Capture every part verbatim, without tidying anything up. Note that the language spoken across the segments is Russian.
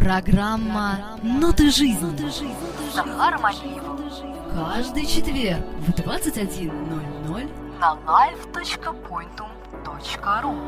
Программа «Ноты жизни». Захар Малиев. Каждый четверг в двадцать один ноль ноль на лайв точка поинтум точка ру.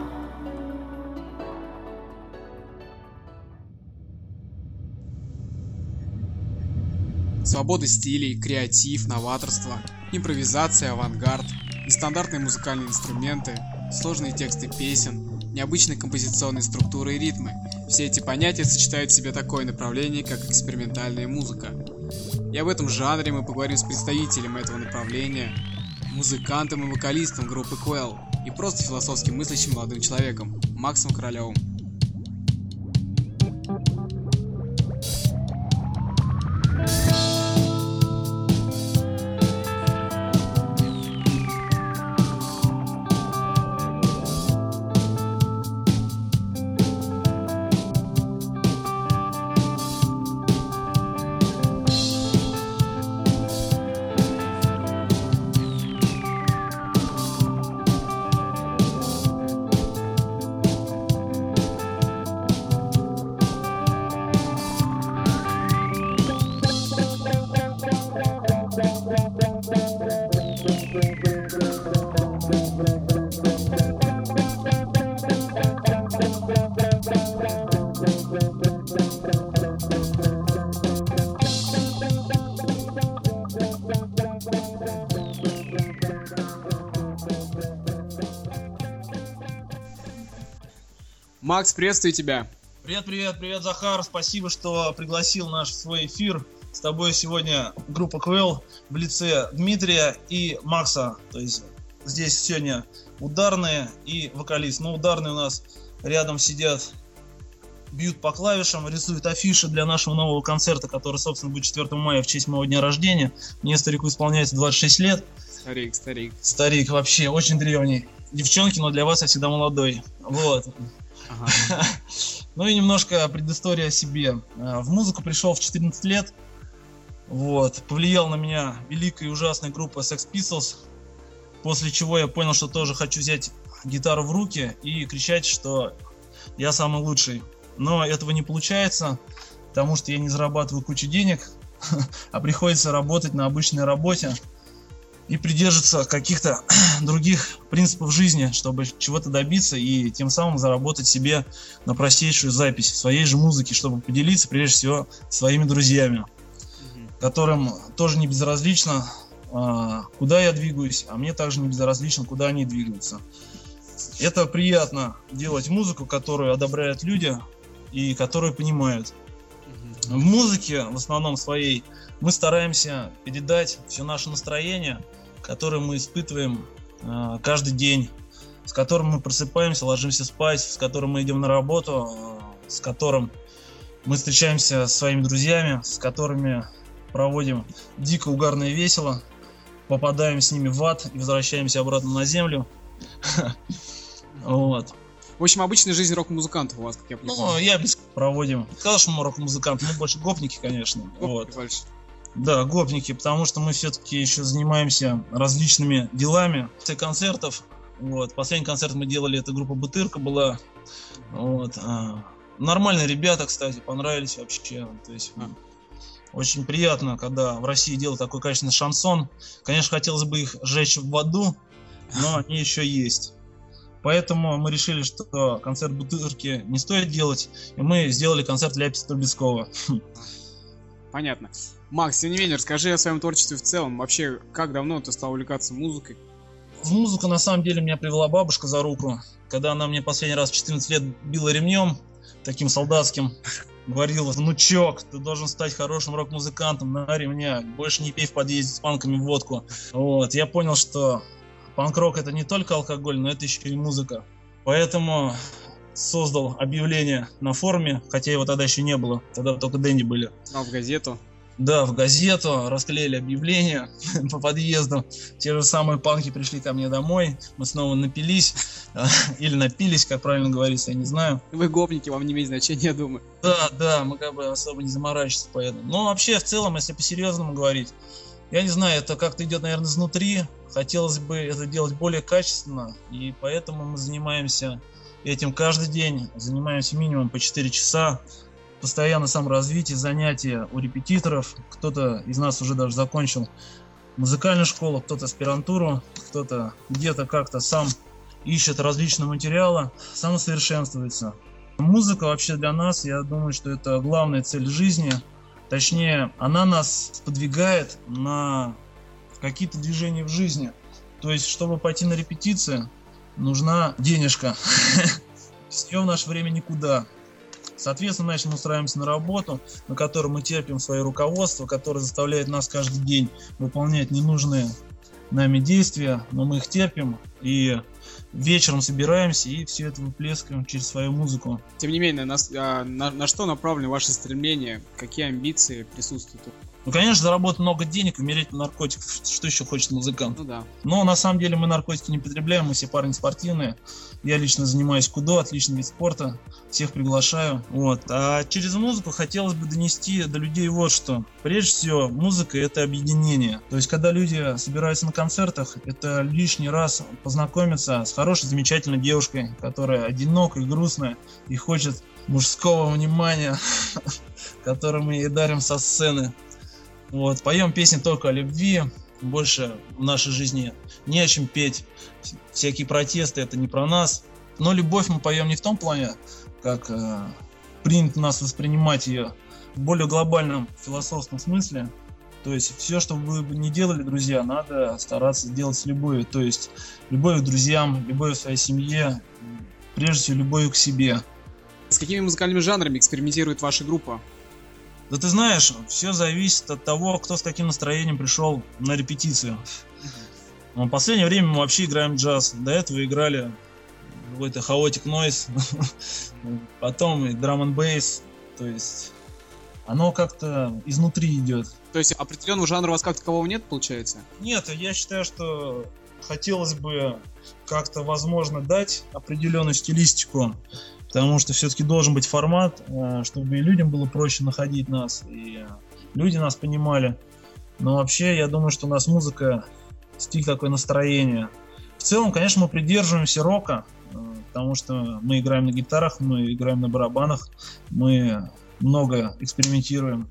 Свобода стилей, креатив, новаторство, импровизация, авангард, нестандартные музыкальные инструменты, сложные тексты песен, необычные композиционные структуры и ритмы. Все эти понятия сочетают в себе такое направление, как экспериментальная музыка. И об этом жанре мы поговорим с представителем этого направления, музыкантом и вокалистом группы Quell и просто философски мыслящим молодым человеком Максом Королевым. Макс, приветствую тебя. Привет, привет, привет, Захар. Спасибо, что пригласил наш в свой эфир. С тобой сегодня группа Quell в лице Дмитрия и Макса. То есть здесь сегодня ударные и вокалист. Но ударные у нас рядом сидят, бьют по клавишам, рисуют афиши для нашего нового концерта, который, собственно, будет четвёртого мая в честь моего дня рождения. Мне, старику, исполняется двадцать шесть лет. Старик, старик. Старик вообще очень древний. Девчонки, но для вас я всегда молодой. Вот. Ага. Ну и немножко предыстория о себе. В музыку пришел в четырнадцать лет. Вот. Повлиял на меня великая и ужасная группа Sex Pistols. После чего я понял, что тоже хочу взять гитару в руки и кричать, что я самый лучший. Но этого не получается, потому что я не зарабатываю кучу денег, а приходится работать на обычной работе и придерживаться каких-то других принципов жизни, чтобы чего-то добиться и тем самым заработать себе на простейшую запись своей же музыки, чтобы поделиться прежде всего своими друзьями, mm-hmm. которым тоже не безразлично, куда я двигаюсь, а мне также не безразлично, куда они двигаются. Это приятно делать музыку, которую одобряют люди и которую понимают. Mm-hmm. В музыке, в основном своей, мы стараемся передать все наше настроение, которое мы испытываем э, каждый день, с которым мы просыпаемся, ложимся спать, с которым мы идем на работу, э, с которым мы встречаемся со своими друзьями, с которыми проводим дико угарно и весело, попадаем с ними в ад и возвращаемся обратно на землю. Вот. В общем, обычная жизнь рок-музыкантов у вас, как я понимаю. Ну, я без проводим. Сказал, что мы рок-музыканты, мы больше гопники, конечно. Вот. Да, гопники, потому что мы все-таки еще занимаемся различными делами. После концертов, вот, последний концерт мы делали, это группа Бутырка была. Вот. А, нормальные ребята, кстати, понравились вообще. То есть а. очень приятно, когда в России делают такой качественный шансон. Конечно, хотелось бы их сжечь в аду, но они еще есть. Поэтому мы решили, что концерт Бутырки не стоит делать, и мы сделали концерт Ляписа Трубецкого. Понятно. Макс, тем не менее, расскажи о своем творчестве в целом. Вообще, как давно ты стал увлекаться музыкой? В музыку, на самом деле, меня привела бабушка за руку. Когда она мне последний раз в четырнадцать лет била ремнем, таким солдатским, говорила: внучок, ты должен стать хорошим рок-музыкантом на ремня, больше не пей в подъезде с панками водку. Вот. Я понял, что панк-рок — это не только алкоголь, но это еще и музыка. Поэтому создал объявление на форуме, хотя его тогда еще не было, тогда только Дэнди были. А в газету? Да, в газету, расклеили объявления по подъезду. Те же самые панки пришли ко мне домой, мы снова напились, или напились, как правильно говорится, я не знаю. Вы гопники, вам не имеет значения, я думаю. Да, да, мы как бы особо не заморачиваемся поэтому. Но вообще, в целом, если по-серьезному говорить, я не знаю, это как-то идет, наверное, изнутри. Хотелось бы это делать более качественно, и поэтому мы занимаемся этим каждый день, занимаемся минимум по четыре часа. постоянно саморазвитие, занятия у репетиторов. Кто-то из нас уже даже закончил музыкальную школу, кто-то аспирантуру, кто-то где-то как-то сам ищет различные материалы, самосовершенствуется. Музыка вообще для нас, я думаю, что это главная цель жизни. Точнее, она нас сподвигает на какие-то движения в жизни. То есть, чтобы пойти на репетиции, нужна денежка. С нее в наше время никуда. Соответственно, значит, мы устраиваемся на работу, на которой мы терпим свое руководство, которое заставляет нас каждый день выполнять ненужные нами действия, но мы их терпим и вечером собираемся и все это выплескиваем через свою музыку. Тем не менее, на, на, на что направлены ваши стремления, какие амбиции присутствуют? Ну, конечно, заработать много денег, умереть от наркотиков. Что еще хочет музыкант? Ну да. Но на самом деле мы наркотики не потребляем, мы все парни спортивные. Я лично занимаюсь кудо, отличный вид спорта. Всех приглашаю. Вот. А через музыку хотелось бы донести до людей вот что. Прежде всего, музыка — это объединение. То есть, когда люди собираются на концертах, это лишний раз познакомиться с хорошей, замечательной девушкой, которая одинокая, грустная и хочет мужского внимания, которое мы ей дарим со сцены. Вот, поем песни только о любви, больше в нашей жизни не о чем петь. Всякие протесты — это не про нас. Но любовь мы поем не в том плане, как э, принято нас воспринимать ее, в более глобальном философском смысле. То есть все, что вы бы ни делали, друзья, надо стараться сделать с любовью. То есть любовью к друзьям, любовью к своей семье, прежде всего любовью к себе. С какими музыкальными жанрами экспериментирует ваша группа? Да ты знаешь, все зависит от того, кто с каким настроением пришел на репетицию. В последнее время мы вообще играем джаз. До этого играли какой-то Chaotic Noise, потом и Drum and Bass. То есть оно как-то изнутри идет. То есть определенного жанра у вас как такового нет, получается? Нет, я считаю, что хотелось бы как-то, возможно, дать определенную стилистику. Потому что все-таки должен быть формат, чтобы и людям было проще находить нас, и люди нас понимали. Но вообще, я думаю, что у нас музыка, стиль такое настроение. В целом, конечно, мы придерживаемся рока, потому что мы играем на гитарах, мы играем на барабанах, мы много экспериментируем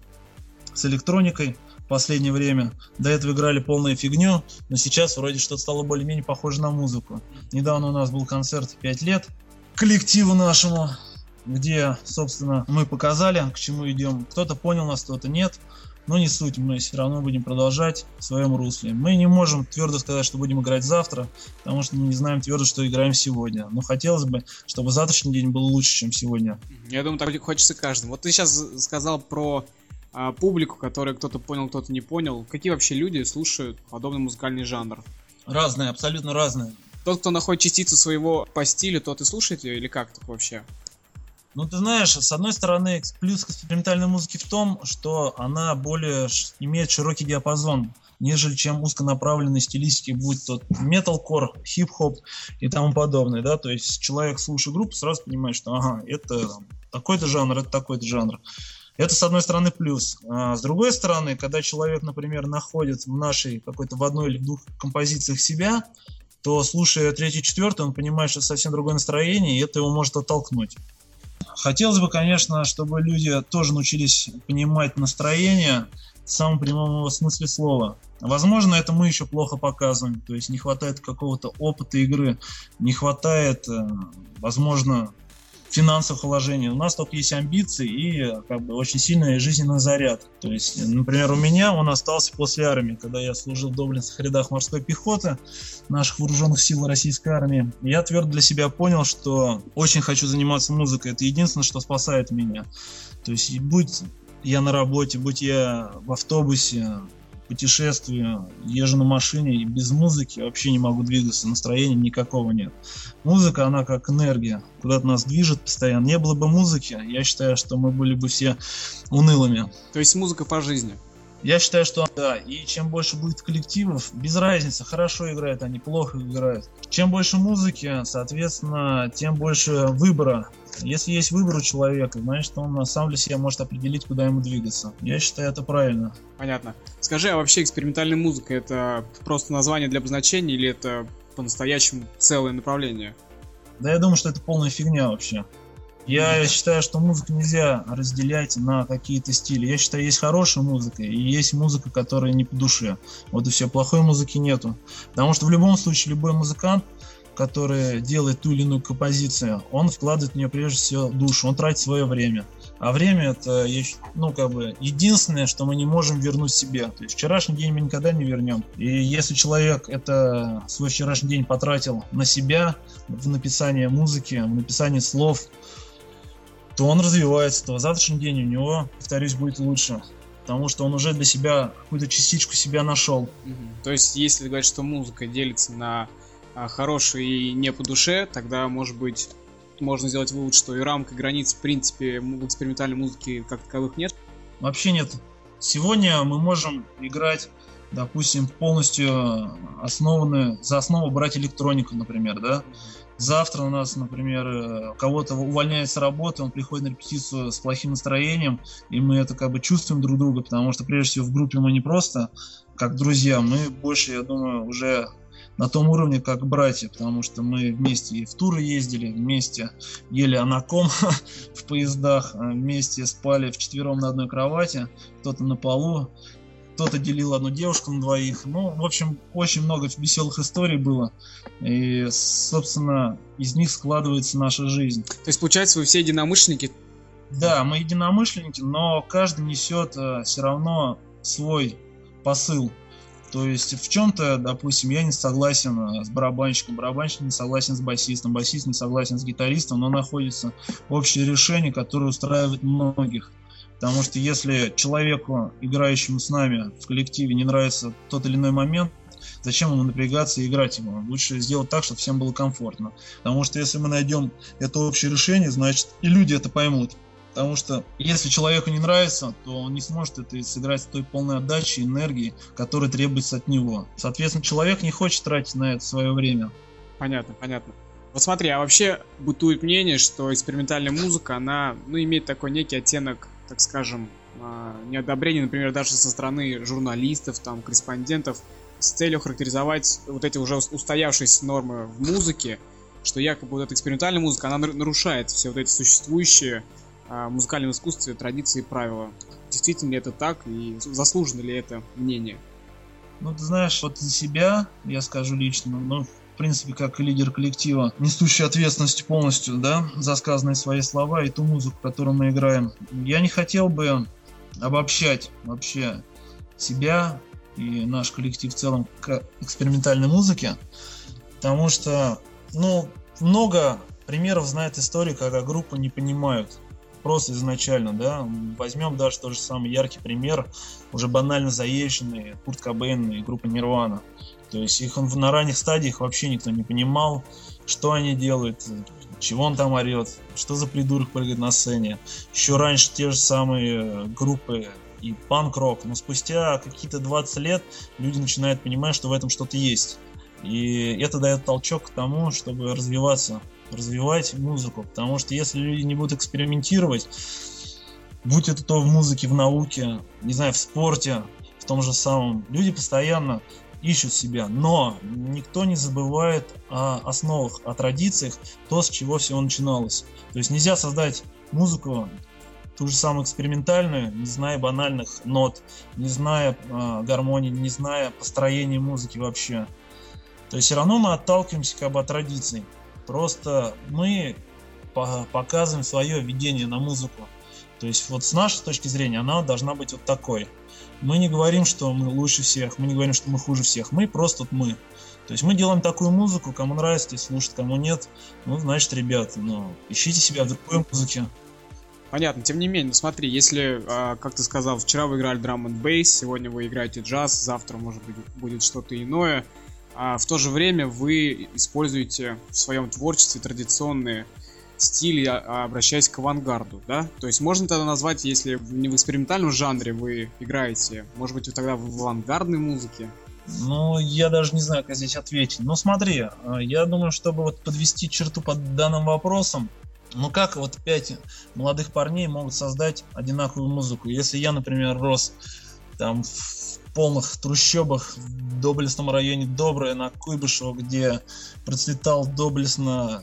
с электроникой в последнее время. До этого играли полную фигню, но сейчас вроде что-то стало более-менее похоже на музыку. Недавно у нас был концерт пять лет коллективу нашему, где, собственно, мы показали, к чему идем. Кто-то понял нас, кто-то нет, но не суть, мы все равно будем продолжать в своем русле. Мы не можем твердо сказать, что будем играть завтра, потому что мы не знаем твердо, что играем сегодня. Но хотелось бы, чтобы завтрашний день был лучше, чем сегодня. Я думаю, так хочется каждому. Вот ты сейчас сказал про а, публику, которую кто-то понял, кто-то не понял. Какие вообще люди слушают подобный музыкальный жанр? Разные, абсолютно разные. Тот, кто находит частицу своего по стилю, тот и слушает ее, или как так вообще? Ну, ты знаешь, с одной стороны, плюс экспериментальной музыки в том, что она более имеет широкий диапазон, нежели чем узконаправленные стилистики, будь то металкор, хип-хоп и тому подобное, да, то есть человек, слушая группу, сразу понимает, что ага, это такой-то жанр, это такой-то жанр. Это, с одной стороны, плюс. А с другой стороны, когда человек, например, находит в нашей какой-то в одной или в двух композициях себя, то, слушая третий, четвертый, он понимает, что это совсем другое настроение, и это его может оттолкнуть. Хотелось бы, конечно, чтобы люди тоже научились понимать настроение в самом прямом его смысле слова. Возможно, это мы еще плохо показываем, то есть не хватает какого-то опыта игры, не хватает, возможно, финансовых вложений. У нас только есть амбиции и как бы очень сильный жизненный заряд. То есть, например, у меня он остался после армии, когда я служил в доблестных рядах морской пехоты наших вооруженных сил российской армии. Я твердо для себя понял, что очень хочу заниматься музыкой. Это единственное, что спасает меня. То есть, будь я на работе, будь я в автобусе, путешествую, езжу на машине, и без музыки вообще не могу двигаться, настроения никакого нет. Музыка, она как энергия, куда-то нас движет постоянно. Не было бы музыки, я считаю, что мы были бы все унылыми. То есть музыка по жизни? Я считаю, что да, и чем больше будет коллективов, без разницы, хорошо играют они, плохо играют. Чем больше музыки, соответственно, тем больше выбора. Если есть выбор у человека, значит, он на самом деле себе может определить, куда ему двигаться. Я считаю, это правильно. Понятно. Скажи, а вообще экспериментальная музыка — это просто название для обозначения или это по-настоящему целое направление? Да я думаю, что это полная фигня вообще. Я считаю, что музыку нельзя разделять на какие-то стили. Я считаю, есть хорошая музыка и есть музыка, которая не по душе. Вот и все, плохой музыки нету. Потому что в любом случае любой музыкант, который делает ту или иную композицию, он вкладывает в нее прежде всего душу, он тратит свое время. А время это, ну, как бы, единственное, что мы не можем вернуть себе. То есть вчерашний день мы никогда не вернем. И если человек это свой вчерашний день потратил на себя, в написание музыки, в написание слов, то он развивается, то завтрашний день у него, повторюсь, будет лучше. Потому что он уже для себя какую-то частичку себя нашел. То есть, если говорить, что музыка делится на а, хорошую и не по душе, тогда, может быть, можно сделать вывод, что и рамок, и границ, в принципе, в экспериментальной музыке как таковых нет? Вообще нет. Сегодня мы можем играть, допустим, полностью основанную, за основу брать электронику, например, да? Завтра у нас, например, кого-то увольняют с работы, он приходит на репетицию с плохим настроением, и мы это как бы чувствуем друг друга, потому что прежде всего в группе мы не просто как друзья, мы больше, я думаю, уже на том уровне, как братья, потому что мы вместе и в туры ездили, вместе ели анаком в поездах, вместе спали вчетвером на одной кровати, кто-то на полу, кто-то делил одну девушку на двоих. Ну, в общем, очень много веселых историй было. И, собственно, из них складывается наша жизнь. То есть, получается, вы все единомышленники? Да, мы единомышленники, но каждый несет э, все равно свой посыл. То есть в чем-то, допустим, я не согласен с барабанщиком, барабанщик не согласен с басистом, басист не согласен с гитаристом, но находится общее решение, которое устраивает многих. Потому что если человеку, играющему с нами в коллективе, не нравится тот или иной момент, зачем ему напрягаться и играть ему? Лучше сделать так, чтобы всем было комфортно. Потому что если мы найдем это общее решение, значит и люди это поймут. Потому что если человеку не нравится, то он не сможет это сыграть с той полной отдачей, энергией, которая требуется от него. Соответственно, человек не хочет тратить на это свое время. Понятно, понятно. Вот смотри, а вообще бытует мнение, что экспериментальная музыка, она, ну, имеет такой некий оттенок, так скажем, неодобрения, например, даже со стороны журналистов, там, корреспондентов, с целью характеризовать вот эти уже устоявшиеся нормы в музыке, что якобы вот эта экспериментальная музыка, она нарушает все вот эти существующие в музыкальном искусстве традиции и правила. Действительно ли это так и заслужено ли это мнение? Ну, ты знаешь, вот за себя, я скажу лично, ну, в принципе, как лидер коллектива, несущий ответственность полностью, да, за сказанные свои слова и ту музыку, которую мы играем. Я не хотел бы обобщать вообще себя и наш коллектив в целом к экспериментальной музыке, потому что, ну, много примеров знает история, когда группы не понимают просто изначально, да, возьмем даже тот же самый яркий пример, уже банально заезженный Курт Кобейн и группа Нирвана. То есть их на ранних стадиях вообще никто не понимал, что они делают, чего он там орет, что за придурок прыгает на сцене. Еще раньше те же самые группы и панк-рок, но спустя какие-то двадцать лет люди начинают понимать, что в этом что-то есть. И это дает толчок к тому, чтобы развиваться, развивать музыку. Потому что если люди не будут экспериментировать, будь это то в музыке, в науке, не знаю, в спорте, в том же самом, люди постоянно ищут себя, но никто не забывает о основах, о традициях, то, с чего все начиналось. То есть нельзя создать музыку, ту же самую экспериментальную, не зная банальных нот, не зная э, гармонии, не зная построения музыки вообще. То есть все равно мы отталкиваемся как бы от традиций. Просто мы по- показываем свое видение на музыку. То есть вот с нашей точки зрения она должна быть вот такой. Мы не говорим, что мы лучше всех, мы не говорим, что мы хуже всех, мы просто вот мы. То есть мы делаем такую музыку, кому нравится, слушать, кому нет. Ну, значит, ребят, ну, ищите себя в другой музыке. Понятно, тем не менее, ну смотри, если, как ты сказал, вчера вы играли драм энд бейс, сегодня вы играете джаз, завтра, может быть, будет что-то иное, а в то же время вы используете в своем творчестве традиционные стили, обращаясь к авангарду, да? То есть можно тогда назвать, если не в экспериментальном жанре вы играете, может быть, вы тогда в авангардной музыке? Ну, я даже не знаю, как здесь ответить. Ну, смотри, я думаю, чтобы вот подвести черту под данным вопросом, ну как вот пять молодых парней могут создать одинаковую музыку? Если я, например, рос там в полных трущобах в доблестном районе Доброе на Куйбышево, где процветал доблестно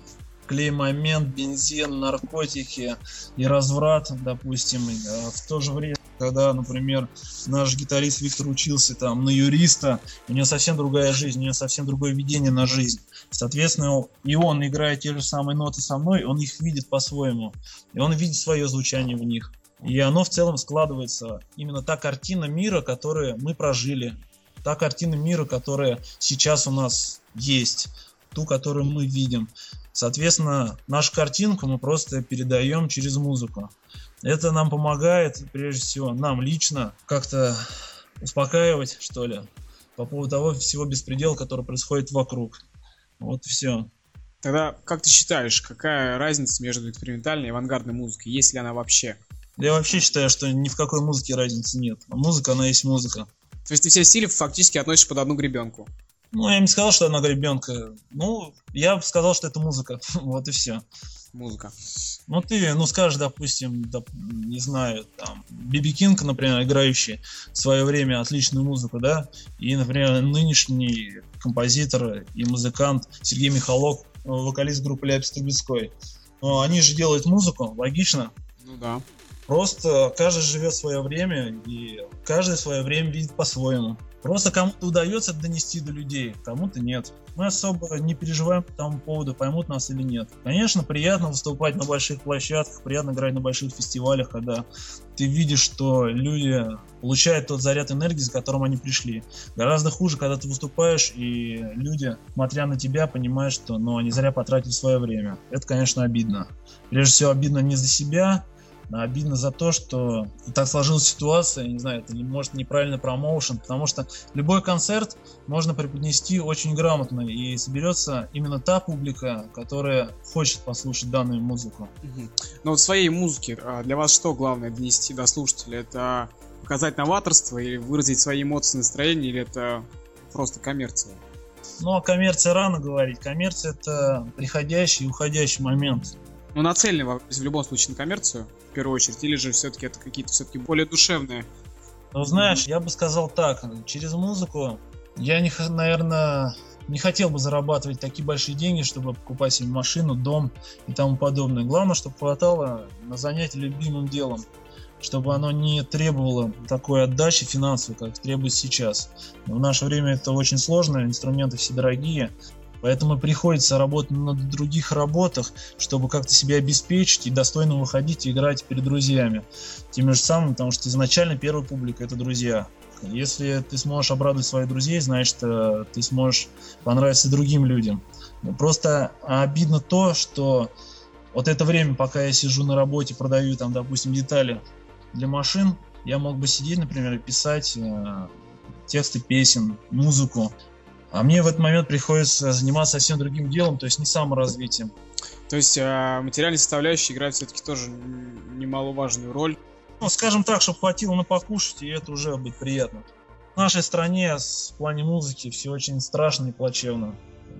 клей-момент, бензин, наркотики и разврат, допустим. А в то же время, когда, например, наш гитарист Виктор учился там на юриста, у него совсем другая жизнь, у него совсем другое видение на жизнь. Соответственно, и он, играя те же самые ноты со мной, он их видит по-своему. И он видит свое звучание в них. И оно в целом складывается. Именно та картина мира, которую мы прожили. Та картина мира, которая сейчас у нас есть. Ту, которую мы видим. Соответственно, нашу картинку мы просто передаем через музыку. Это нам помогает, прежде всего, нам лично как-то успокаивать, что ли, по поводу того всего беспредела, который происходит вокруг. Вот и все. Тогда, как ты считаешь, какая разница между экспериментальной и авангардной музыкой? Есть ли она вообще? Я вообще считаю, что ни в какой музыке разницы нет. Музыка, она есть музыка. То есть ты все стили фактически относишь под одну гребенку? Ну, я не сказал, что она гребенка. Ну, я бы сказал, что это музыка. Вот и все. Музыка. Ну, ты, ну, скажешь, допустим, доп, не знаю, там, Би Би Кинг, например, играющий в свое время отличную музыку, да, и, например, нынешний композитор и музыкант Сергей Михалок, вокалист группы Ляпис Трубецкой. Но они же делают музыку, логично. Ну да. Просто каждый живет свое время, и каждый свое время видит по-своему. Просто кому-то удается донести до людей, кому-то нет. Мы особо не переживаем по тому поводу, поймут нас или нет. Конечно, приятно выступать на больших площадках, приятно играть на больших фестивалях, когда ты видишь, что люди получают тот заряд энергии, за которым они пришли. Гораздо хуже, когда ты выступаешь, и люди, смотря на тебя, понимают, что ну, они зря потратили свое время. Это, конечно, обидно. Прежде всего, обидно не за себя, а обидно за то, что так сложилась ситуация, я не знаю, это может неправильный промоушен, потому что любой концерт можно преподнести очень грамотно, и соберется именно та публика, которая хочет послушать данную музыку. Угу. Но вот в своей музыке для вас что главное донести до слушателя? Это показать новаторство или выразить свои эмоции, настроение, или это просто коммерция? Ну, о коммерции рано говорить. Коммерция — это приходящий и уходящий момент. Ну, нацелены в любом случае на коммерцию, в первую очередь, или же все-таки это какие-то все-таки более душевные? Ну, знаешь, я бы сказал так, через музыку я, не, наверное, не хотел бы зарабатывать такие большие деньги, чтобы покупать себе машину, дом и тому подобное. Главное, чтобы хватало на занятие любимым делом, чтобы оно не требовало такой отдачи финансовой, как требует сейчас. В наше время это очень сложно, инструменты все дорогие. Поэтому приходится работать на других работах, чтобы как-то себя обеспечить и достойно выходить и играть перед друзьями. Тем же самым, потому что изначально первая публика — это друзья. Если ты сможешь обрадовать своих друзей, значит, ты сможешь понравиться другим людям. Просто обидно то, что вот это время, пока я сижу на работе, продаю там, допустим, детали для машин, я мог бы сидеть, например, и писать э, тексты песен, музыку. А мне в этот момент приходится заниматься совсем другим делом, то есть не саморазвитием. То есть э, материальная составляющая играет все-таки тоже немаловажную роль. Ну, скажем так, чтобы хватило на покушать, и это уже будет приятно. В нашей стране в плане музыки все очень страшно и плачевно.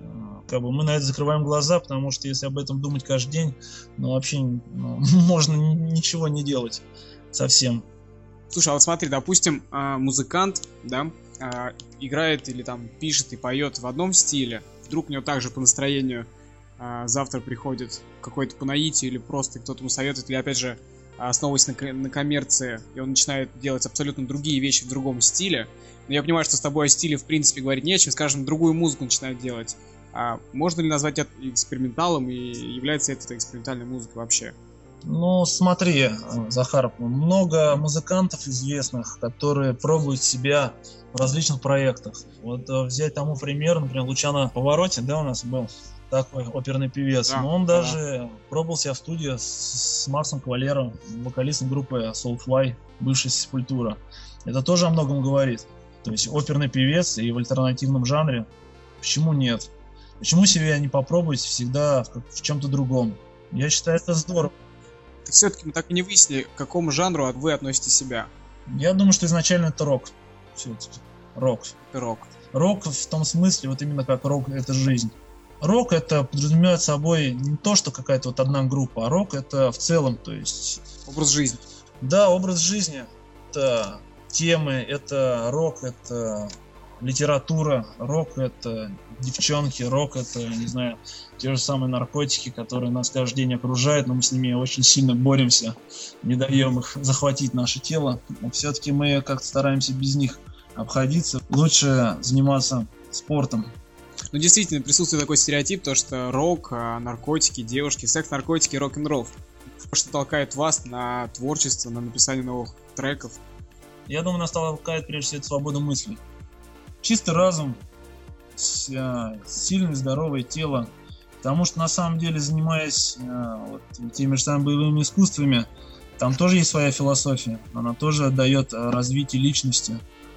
Как бы мы на это закрываем глаза, потому что если об этом думать каждый день, ну вообще ну, можно ничего не делать совсем. Слушай, а вот смотри, допустим, музыкант, да, играет или там пишет и поет в одном стиле, вдруг у него также по настроению завтра приходит какой-то по наитию или просто кто-то ему советует, или опять же основываясь на, на коммерции, и он начинает делать абсолютно другие вещи в другом стиле. Но я понимаю, что с тобой о стиле в принципе говорить не о чем, скажем, другую музыку начинает делать. А можно ли назвать это эксперименталом, и является это экспериментальной музыкой вообще? Ну, смотри, Захар, много музыкантов известных, которые пробуют себя в различных проектах. Вот взять тому пример, например, Лучано Повороте, да, у нас был такой оперный певец, да, но он да. даже пробовал себя в студии с, с Максом Кавалеро, вокалистом группы Soulfly, бывшей Sepultura. Это тоже о многом говорит. То есть оперный певец и в альтернативном жанре, почему нет? Почему себя не попробовать всегда в, в чем-то другом? Я считаю, это здорово. Так все-таки мы так и не выяснили, к какому жанру вы относите себя. Я думаю, что изначально это рок. Все-таки. Рок. Рок. Рок в том смысле, вот именно как рок — это жизнь. Рок — это подразумевает собой не то, что какая-то вот одна группа, а рок — это в целом, то есть... Образ жизни. Да, образ жизни. Это темы, это рок, это литература, рок — это девчонки, рок — это, не знаю, те же самые наркотики, которые нас каждый день окружают, но мы с ними очень сильно боремся, не даем их захватить наше тело. Но все-таки мы как-то стараемся без них обходиться. Лучше заниматься спортом. Ну, действительно, присутствует такой стереотип, то что рок, наркотики, девушки, секс, наркотики, рок-н-ролл. Что толкает вас на творчество, на написание новых треков? Я думаю, нас толкает прежде всего свобода мысли. Чистый разум, сильное здоровое тело. Потому что на самом деле, занимаясь вот, теми же самыми боевыми искусствами, там тоже есть своя философия. Она тоже дает развитие личности.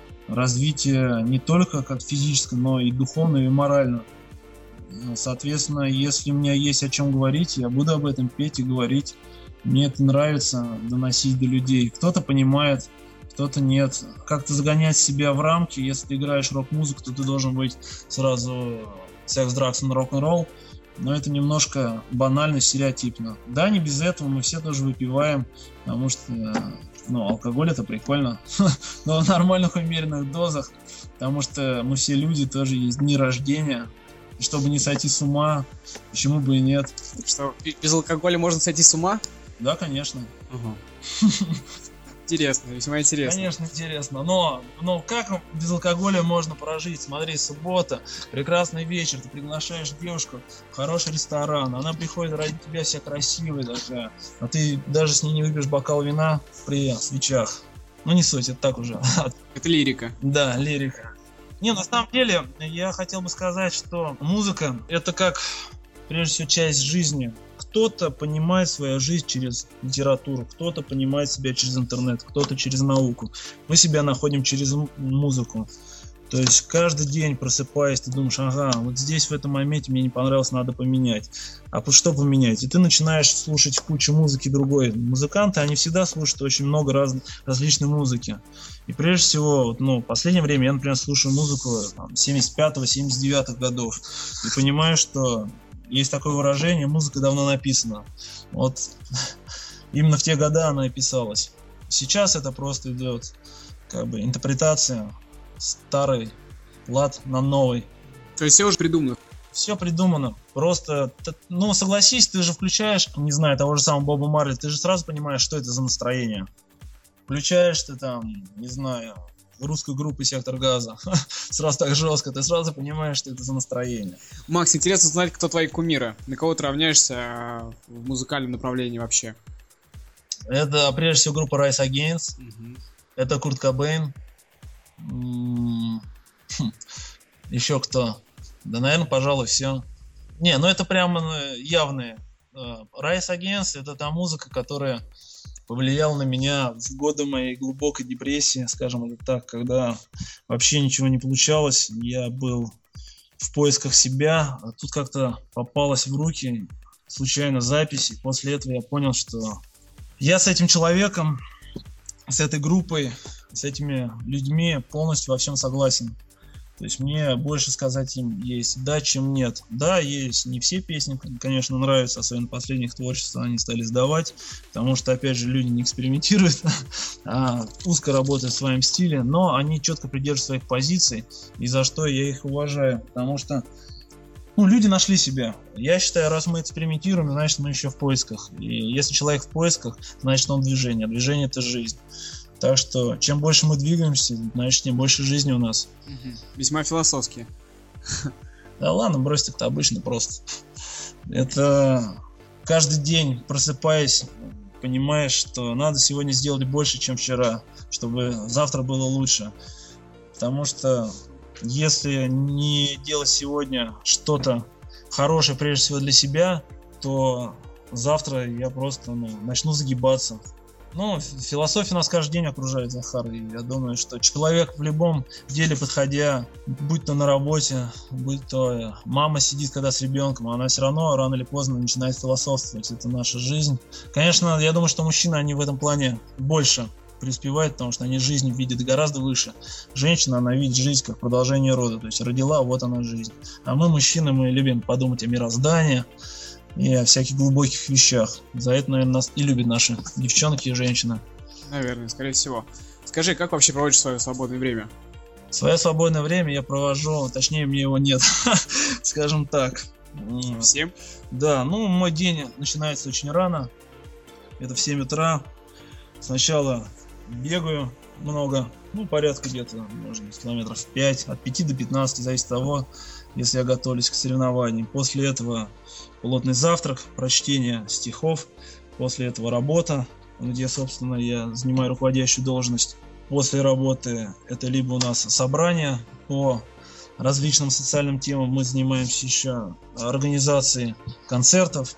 Развитие не только как физическое, но и духовное, и морально. Соответственно, если у меня есть о чем говорить, я буду об этом петь и говорить. Мне это нравится, доносить до людей. Кто-то понимает, кто-то нет. Как-то загонять себя в рамки. Если ты играешь рок-музыку, то ты должен быть сразу секс, дракс и рок-н-ролл. Но это немножко банально, стереотипно. Да, не без этого, мы все тоже выпиваем, потому что ну, алкоголь — это прикольно, но в нормальных умеренных дозах, потому что мы все люди, тоже есть дни рождения. И чтобы не сойти с ума, почему бы и нет. Что, без алкоголя можно сойти с ума? Да, конечно. Угу. Интересно, весьма интересно. Конечно, интересно. Но, но как без алкоголя можно прожить? Смотри, суббота, прекрасный вечер, ты приглашаешь девушку в хороший ресторан, она приходит ради тебя вся красивая такая, а ты даже с ней не выпьешь бокал вина при свечах. Ну не суть, это так уже. Это лирика. Да, лирика. Не, на самом деле, я хотел бы сказать, что музыка — это как, прежде всего, часть жизни. Кто-то понимает свою жизнь через литературу, кто-то понимает себя через интернет, кто-то через науку. Мы себя находим через музыку. То есть каждый день, просыпаясь, ты думаешь: ага, вот здесь в этом моменте мне не понравилось, надо поменять. А что поменять? И ты начинаешь слушать кучу музыки другой. Музыканты, они всегда слушают очень много раз, различной музыки. И прежде всего, ну, в последнее время я, например, слушаю музыку там, семьдесят пятого — семьдесят девятого годов. И понимаю, что есть такое выражение: музыка давно написана. Вот именно в те года она и писалась. Сейчас это просто идет как бы интерпретация, старый лад на новый. То есть все уже придумано? Все придумано. Просто, ну согласись, ты же включаешь, не знаю, того же самого Боба Марли, ты же сразу понимаешь, что это за настроение. Включаешь ты там, не знаю, русскую группу «Сектор газа», сразу так жестко, ты сразу понимаешь, что это за настроение. Макс, интересно знать, кто твои кумиры, на кого ты равняешься в музыкальном направлении вообще? Это прежде всего группа Rise Against, угу. Это Курт Кобейн, еще кто? Да, наверное, пожалуй, все. Не, ну это прямо явные. Rise Against — это та музыка, которая повлиял на меня в годы моей глубокой депрессии, скажем это так, когда вообще ничего не получалось, я был в поисках себя, а тут как-то попалась в руки случайно запись, и после этого я понял, что я с этим человеком, с этой группой, с этими людьми полностью во всем согласен. То есть мне больше сказать им есть да, чем нет. Да, есть не все песни, конечно, нравятся, особенно последних творчеств они стали сдавать, потому что, опять же, люди не экспериментируют, а узко работают в своем стиле, но они четко придерживаются своих позиций, и за что я их уважаю, потому что ну, люди нашли себя. Я считаю, раз мы экспериментируем, значит, мы еще в поисках. И если человек в поисках, значит, он в движении. А движение — это жизнь. Так что, чем больше мы двигаемся, значит, тем больше жизни у нас. Угу. Весьма философски. Да ладно, брось, так-то обычно просто. Это каждый день, просыпаясь, понимаешь, что надо сегодня сделать больше, чем вчера, чтобы завтра было лучше. Потому что если не делать сегодня что-то хорошее, прежде всего для себя, то завтра я просто ну, начну загибаться. Ну, философия нас каждый день окружает, Захар, и я думаю, что человек в любом деле подходя, будь то на работе, будь то мама сидит когда с ребенком, она все равно рано или поздно начинает философствовать, это наша жизнь. Конечно, я думаю, что мужчины, они в этом плане больше преуспевают, потому что они жизнь видят гораздо выше. Женщина, она видит жизнь как продолжение рода, то есть родила, вот она жизнь. А мы, мужчины, мы любим подумать о мироздании и о всяких глубоких вещах. За это, наверное, нас и любят наши девчонки и женщины. Наверное, скорее всего. Скажи, как вообще проводишь свое свободное время? Свое свободное время я провожу, точнее, мне его нет, скажем так. Всем? Да, ну, мой день начинается очень рано. Это в семь утра. Сначала бегаю много, ну, порядка где-то, может быть, километров пять, от пяти до пятнадцати, зависит от того, если я готовлюсь к соревнованиям. После этого плотный завтрак, прочтение стихов. После этого работа, где, собственно, я занимаю руководящую должность. После работы это либо у нас собрание по различным социальным темам. Мы занимаемся еще организацией концертов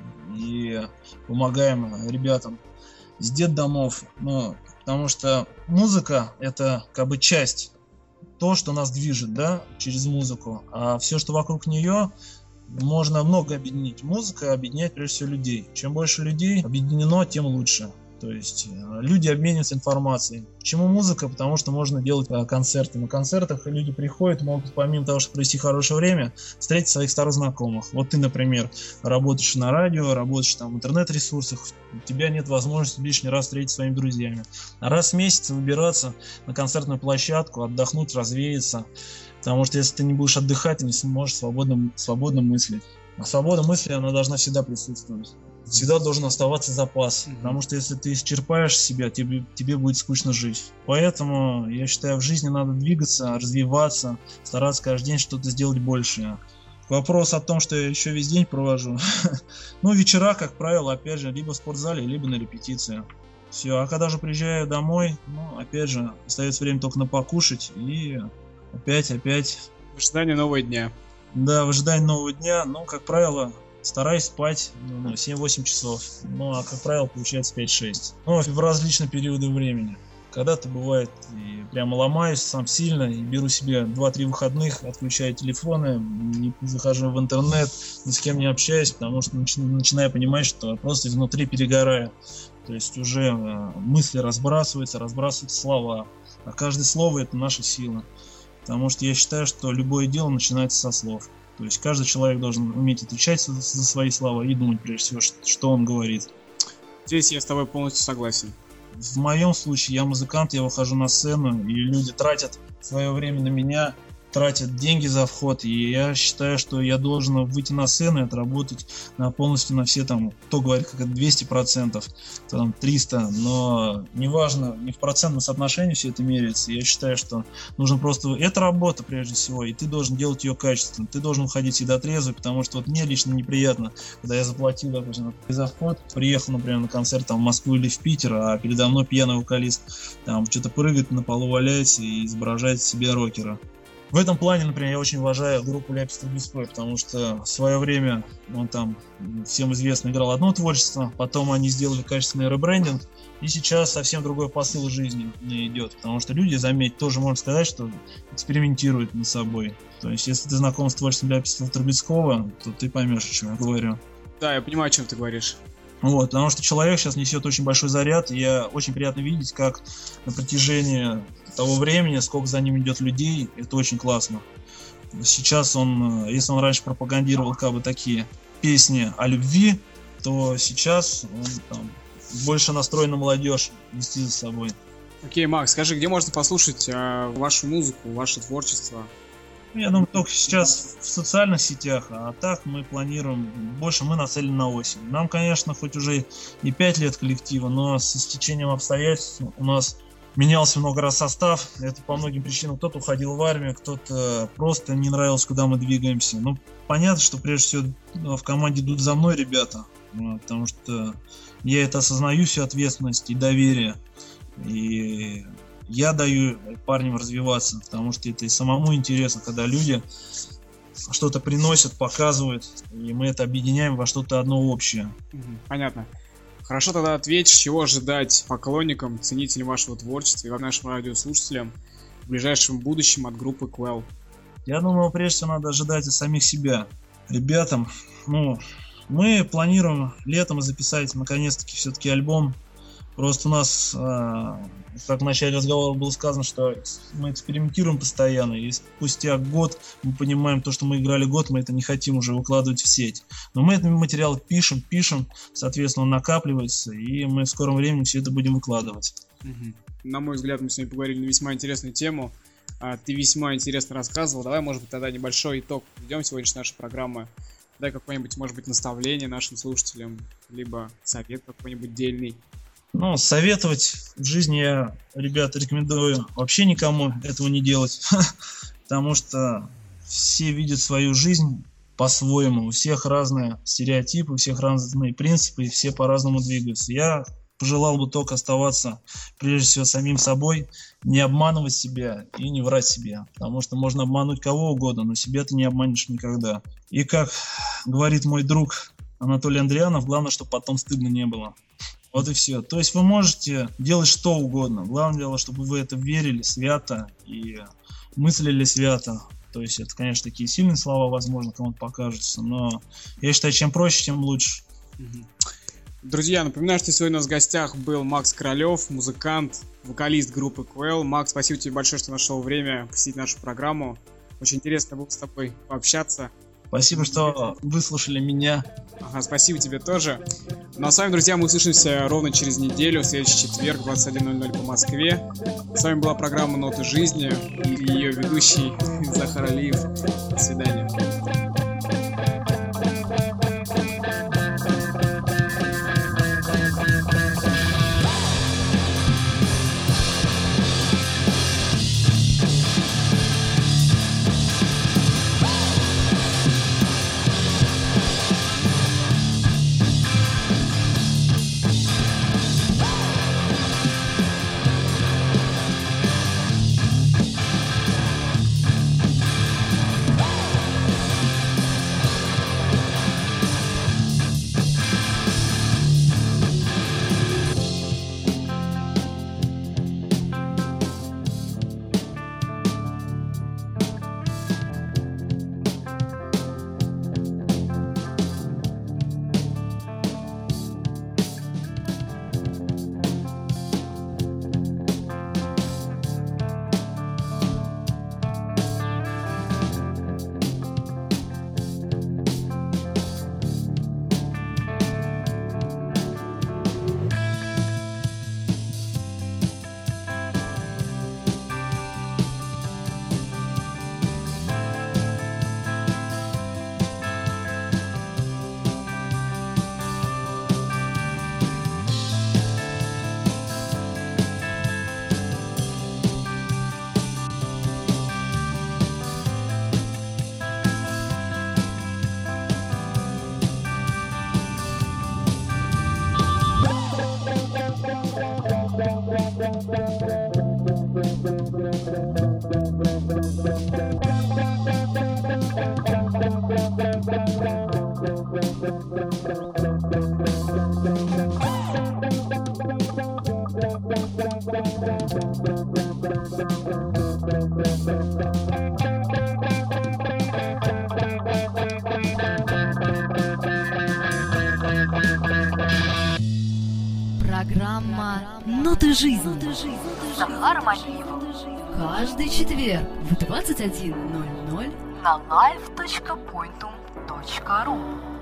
и помогаем ребятам с детдомов. Ну, потому что музыка — это как бы часть, то, что нас движет, да, через музыку. А все, что вокруг нее, можно много объединить. Музыка объединяет прежде всего людей. Чем больше людей объединено, тем лучше. То есть люди обмениваются информацией. Почему музыка? Потому что можно делать концерты. На концертах люди приходят, могут помимо того, чтобы провести хорошее время, встретить своих старых знакомых. Вот ты, например, работаешь на радио, работаешь там в интернет-ресурсах, у тебя нет возможности лишний раз встретиться с своими друзьями. А раз в месяц выбираться на концертную площадку, отдохнуть, развеяться. Потому что если ты не будешь отдыхать, ты не сможешь свободно, свободно мыслить. А свобода мысли, она должна всегда присутствовать. Всегда должен оставаться запас, mm-hmm. потому что если ты исчерпаешь себя, тебе, тебе будет скучно жить. Поэтому, я считаю, в жизни надо двигаться, развиваться, стараться каждый день что-то сделать большее. Вопрос о том, что я еще весь день провожу. Ну, вечера, как правило, опять же, либо в спортзале, либо на репетиции. Все, а когда же приезжаю домой, ну, опять же, остается время только на покушать и опять, опять... В ожидании нового дня. Да, в ожидании нового дня, ну, как правило... Стараюсь спать ну, семь-восемь часов, ну а как правило получается пять-шесть. Ну, в различные периоды времени. Когда-то бывает и прямо ломаюсь сам сильно и беру себе два-три выходных, отключаю телефоны, не захожу в интернет, ни с кем не общаюсь, потому что начи- начинаю понимать, что просто изнутри перегораю. То есть уже э, мысли разбрасываются, разбрасываются слова. А каждое слово — это наша сила. Потому что я считаю, что любое дело начинается со слов. То есть каждый человек должен уметь отвечать за, за свои слова и думать прежде всего, что, что он говорит. Здесь я с тобой полностью согласен. В моем случае я музыкант, я выхожу на сцену, и люди тратят свое время на меня, тратят деньги за вход, и я считаю, что я должен выйти на сцену и отработать на полностью на все там, кто говорит, как это двести процентов, там триста, но неважно, не в процентном соотношении все это меряется. Я считаю, что нужно просто, это работа прежде всего, и ты должен делать ее качественно, ты должен уходить всегда трезвый, потому что вот мне лично неприятно, когда я заплатил, допустим, за вход, приехал, например, на концерт там в Москву или в Питер, а передо мной пьяный вокалист там что-то прыгает, на полу валяется и изображает себя рокера. В этом плане, например, я очень уважаю группу Ляпис Трубецкой, потому что в свое время он там всем известно играл одно творчество, потом они сделали качественный ребрендинг, и сейчас совсем другой посыл жизни идет, потому что люди, заметь, тоже можно сказать, что экспериментируют над собой. То есть, если ты знаком с творчеством Ляписа Трубецкого, то ты поймешь, о чем я говорю. Да, я понимаю, о чем ты говоришь. Вот, потому что человек сейчас несет очень большой заряд, и я очень приятно видеть, как на протяжении того времени, сколько за ним идет людей, это очень классно. Сейчас он, если он раньше пропагандировал как бы такие песни о любви, то сейчас он там больше настроен на молодежь вести за собой. Окей, Макс, скажи, где можно послушать э, вашу музыку, ваше творчество? Я думаю, только сейчас в социальных сетях, а так мы планируем, больше мы нацелены на осень. Нам, конечно, хоть уже и пять лет коллектива, но с стечением обстоятельств у нас менялся много раз состав. Это по многим причинам. Кто-то уходил в армию, кто-то просто не нравился, куда мы двигаемся. Ну, понятно, что прежде всего в команде идут за мной ребята, потому что я это осознаю, всю ответственность и доверие. И я даю парням развиваться, потому что это и самому интересно, когда люди что-то приносят, показывают, и мы это объединяем во что-то одно общее. Понятно. Хорошо, тогда ответь, чего ожидать поклонникам, ценителям вашего творчества и нашим радиослушателям в ближайшем будущем от группы Quell? Я думаю, прежде всего надо ожидать от самих себя. Ребятам, ну, мы планируем летом записать наконец-таки все-таки альбом. Просто у нас, как в начале разговора было сказано, что мы экспериментируем постоянно, и спустя год мы понимаем, то, что мы играли год, мы это не хотим уже выкладывать в сеть. Но мы этот материал пишем, пишем, соответственно, он накапливается, и мы в скором времени все это будем выкладывать. На мой взгляд, мы сегодня поговорили на весьма интересную тему. Ты весьма интересно рассказывал. Давай, может быть, тогда небольшой итог ведем сегодняшней нашей программы. Дай какое-нибудь, может быть, наставление нашим слушателям, либо совет какой-нибудь дельный. Ну, советовать в жизни я, ребята, рекомендую вообще никому этого не делать, потому что все видят свою жизнь по-своему, у всех разные стереотипы, у всех разные принципы, и все по-разному двигаются. Я пожелал бы только оставаться, прежде всего, самим собой, не обманывать себя и не врать себе, потому что можно обмануть кого угодно, но себя ты не обманешь никогда. И как говорит мой друг Анатолий Андрианов, главное, чтобы потом стыдно не было. Вот и все. То есть вы можете делать что угодно. Главное дело, чтобы вы это верили свято и мыслили свято. То есть это, конечно, такие сильные слова, возможно, кому-то покажутся, но я считаю, чем проще, тем лучше. Друзья, напоминаю, что сегодня у нас в гостях был Макс Королев, музыкант, вокалист группы Quell. Макс, спасибо тебе большое, что нашел время посетить нашу программу. Очень интересно было с тобой пообщаться. Спасибо, что выслушали меня. Ага, спасибо тебе тоже. Ну а с вами, друзья, мы услышимся ровно через неделю, в следующий четверг, двадцать один ноль ноль по Москве. С вами была программа «Ноты жизни» и ее ведущий Захар Алиев. До свидания. Программа «Ноты жизни». С Захаром Алиевым. Каждый четверг в двадцать один ноль ноль На лайв точка пойнтум точка ру.